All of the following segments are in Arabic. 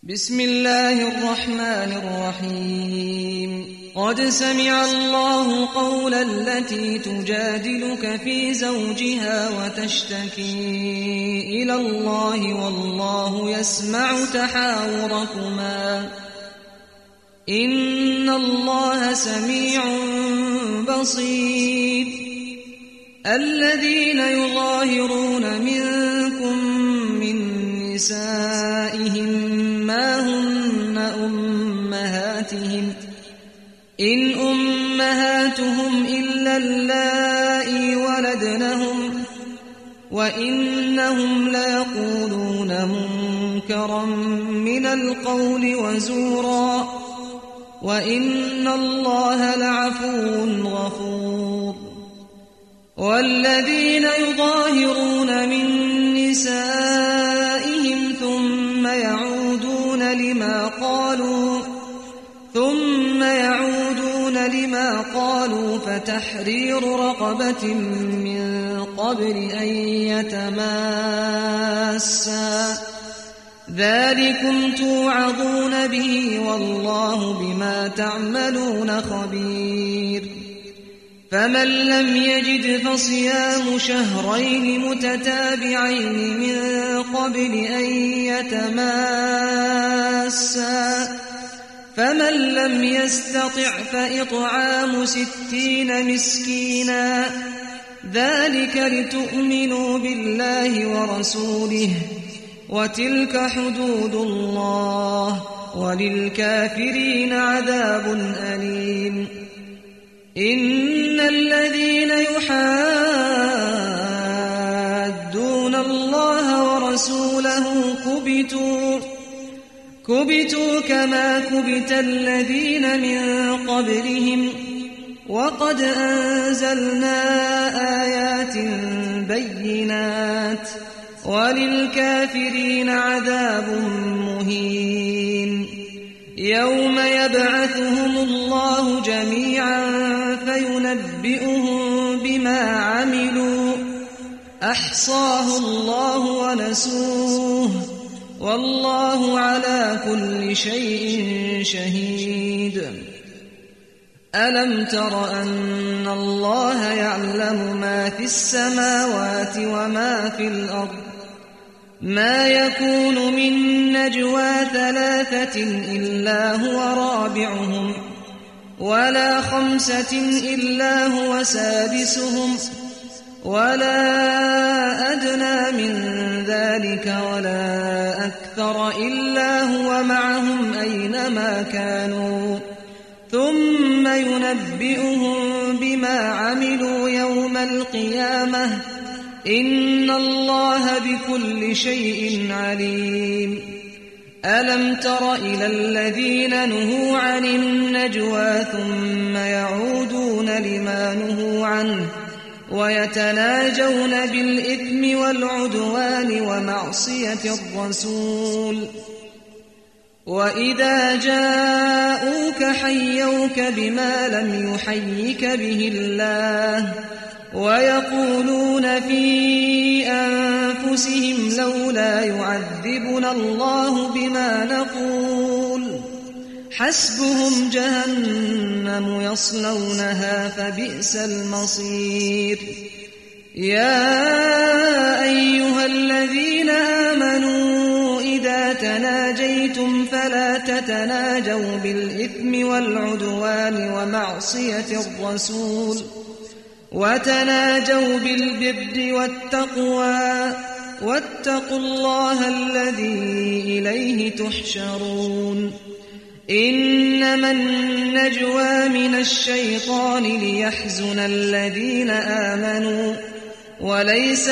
بسم الله الرحمن الرحيم قد سمع الله قول التي تجادلك في زوجها وتشتكي إلى الله والله يسمع تحاوركما إن الله سميع بصير الذين يظاهرون منكم من نسائهم ما هن أمهاتهم إن أمهاتهم إلا اللائي ولدنهم وإنهم ليقولون منكرا من القول وزورا وإن الله لعفو غفور والذين يظاهرون من نسائهم ثم يعودون لما قالوا فتحرير رقبة من قبل أن يتماسا ذلكم توعظون به والله بما تعملون خبير فمن لم يجد فصيام شهرين متتابعين من قبل أن يتماسا فمن لم يستطع فإطعام 60 مسكينا ذلك لتؤمنوا بالله ورسوله وتلك حدود الله وللكافرين عذاب أليم إن الذين يحادون الله ورسوله كبتوا كما كبت الذين من قبلهم وقد أنزلنا آيات بينات وللكافرين عذاب مهين يوم يبعثهم الله جميعا فينبئهم بما عملوا أحصاه الله ونسوه والله على كل شيء شهيد ألم تر أن الله يعلم ما في السماوات وما في الأرض ما يكون من نجوى 3 إلا هو رابعهم ولا 5 إلا هو سادسهم ولا أدنى من ذلك ولا أكثر إلا هو معهم أينما كانوا ثم ينبئهم بما عملوا يوم القيامة إن الله بكل شيء عليم ألم تر إلى الذين نهوا عن النجوى ثم يعودون لما نهوا عنه ويتناجون بالإثم والعدوان ومعصية الرسول وإذا جاءوك حيوك بما لم يحيك به الله ويقولون في أنفسهم لولا يعذبنا الله بما نقول حسبهم جهنم يصلونها فبئس المصير يا أيها الذين آمنوا إذا تناجيتم فلا تتناجوا بالإثم والعدوان ومعصية الرسول وتناجوا بالبر والتقوى واتقوا الله الذي إليه تحشرون إنما النجوى من الشيطان ليحزن الذين آمنوا وليس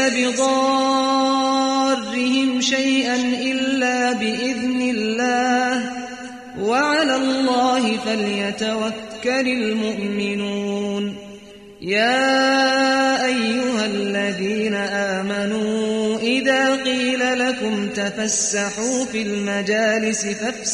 بضارهم شيئا إلا بإذن الله وعلى الله فليتوكل المؤمنون يا أيها الذين آمنوا إذا قيل لكم تفسحوا في المجالس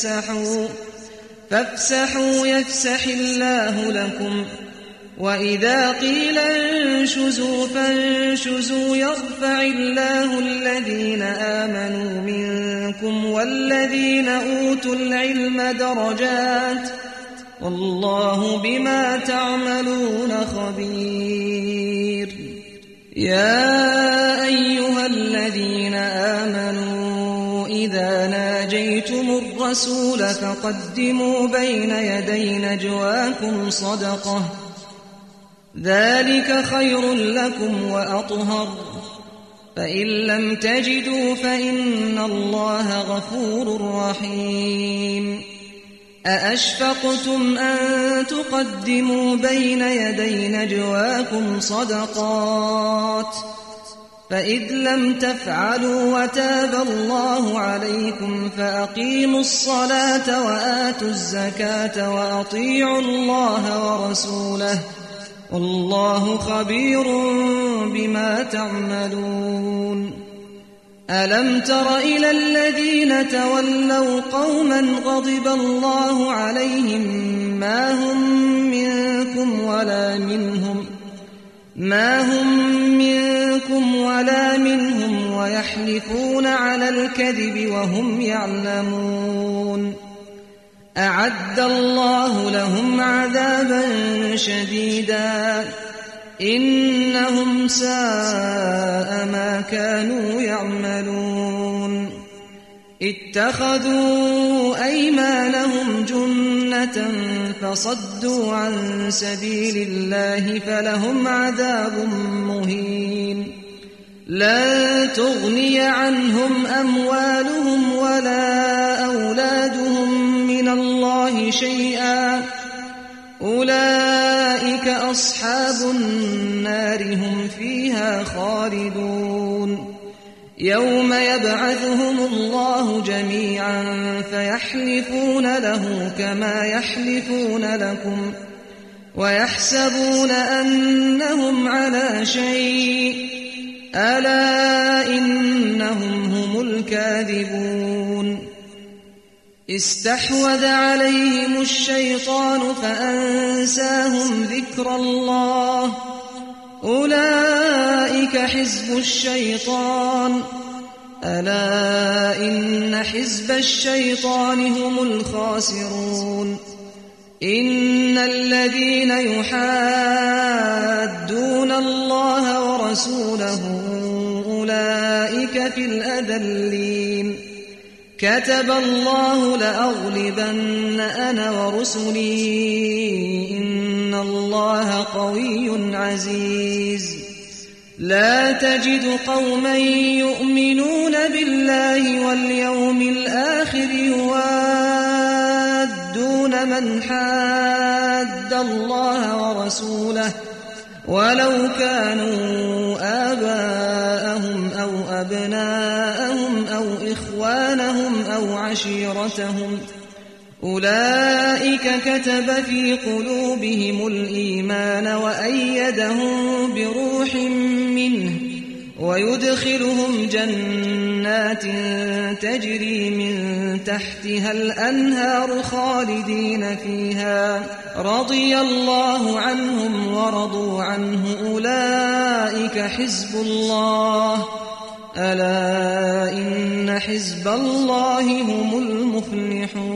فافسحوا يفسح الله لكم وإذا قيل انشزوا فانشزوا يرفع الله الذين آمنوا منكم منكم والذين أوتوا العلم درجات والله بما تعملون خبير. يا أيها الذين آمنوا إذا ناجيتم الرسول فقدموا بين يدي نجواكم صدقة ذلك خير لكم وأطهر فإن لم تجدوا فإن الله غفور رحيم. أأشفقتم أن تقدموا بين يدي نجواكم صدقات فإذ لم تفعلوا وتاب الله عليكم فأقيموا الصلاة وآتوا الزكاة وأطيعوا الله ورسوله والله خبير بما تعملون. ألم تر إلى الذين تولوا قوما غضب الله عليهم ما هم منكم ولا منهم ويحلفون على الكذب وهم يعلمون. أعد الله لهم عذابا شديدا إنهم ساء ما كانوا يعملون. اتخذوا أيمانهم جنة فصدوا عن سبيل الله فلهم عذاب مهين. لا تغني عنهم أموالهم ولا أولادهم من الله شيئا أولئك أصحاب النار هم فيها خالدون. يوم يبعثهم الله جميعا فيحلفون له كما يحلفون لكم ويحسبون أنهم على شيء ألا إنهم هم الكاذبون. استحوذ عليهم الشيطان فأنساهم ذكر الله أولئك حزب الشيطان ألا إن حزب الشيطان هم الخاسرون. إن الذين يحادون الله ورسوله أولئك في الأذلين. كتب الله لأغلبن أنا ورسلي إن الله قوي عزيز. لا تجد قوما يؤمنون بالله واليوم الآخر يوادون من حاد الله ورسوله ولو كانوا آباءهم أو أبناءهم أو إخوانهم أو عشيرتهم أولئك كتب في قلوبهم الإيمان وأيدهم بروح منه ويدخلهم جنات تجري من تحتها الأنهار خالدين فيها رضي الله عنهم ورضوا عنه أولئك حزب الله ألا إن حزب الله هم المفلحون.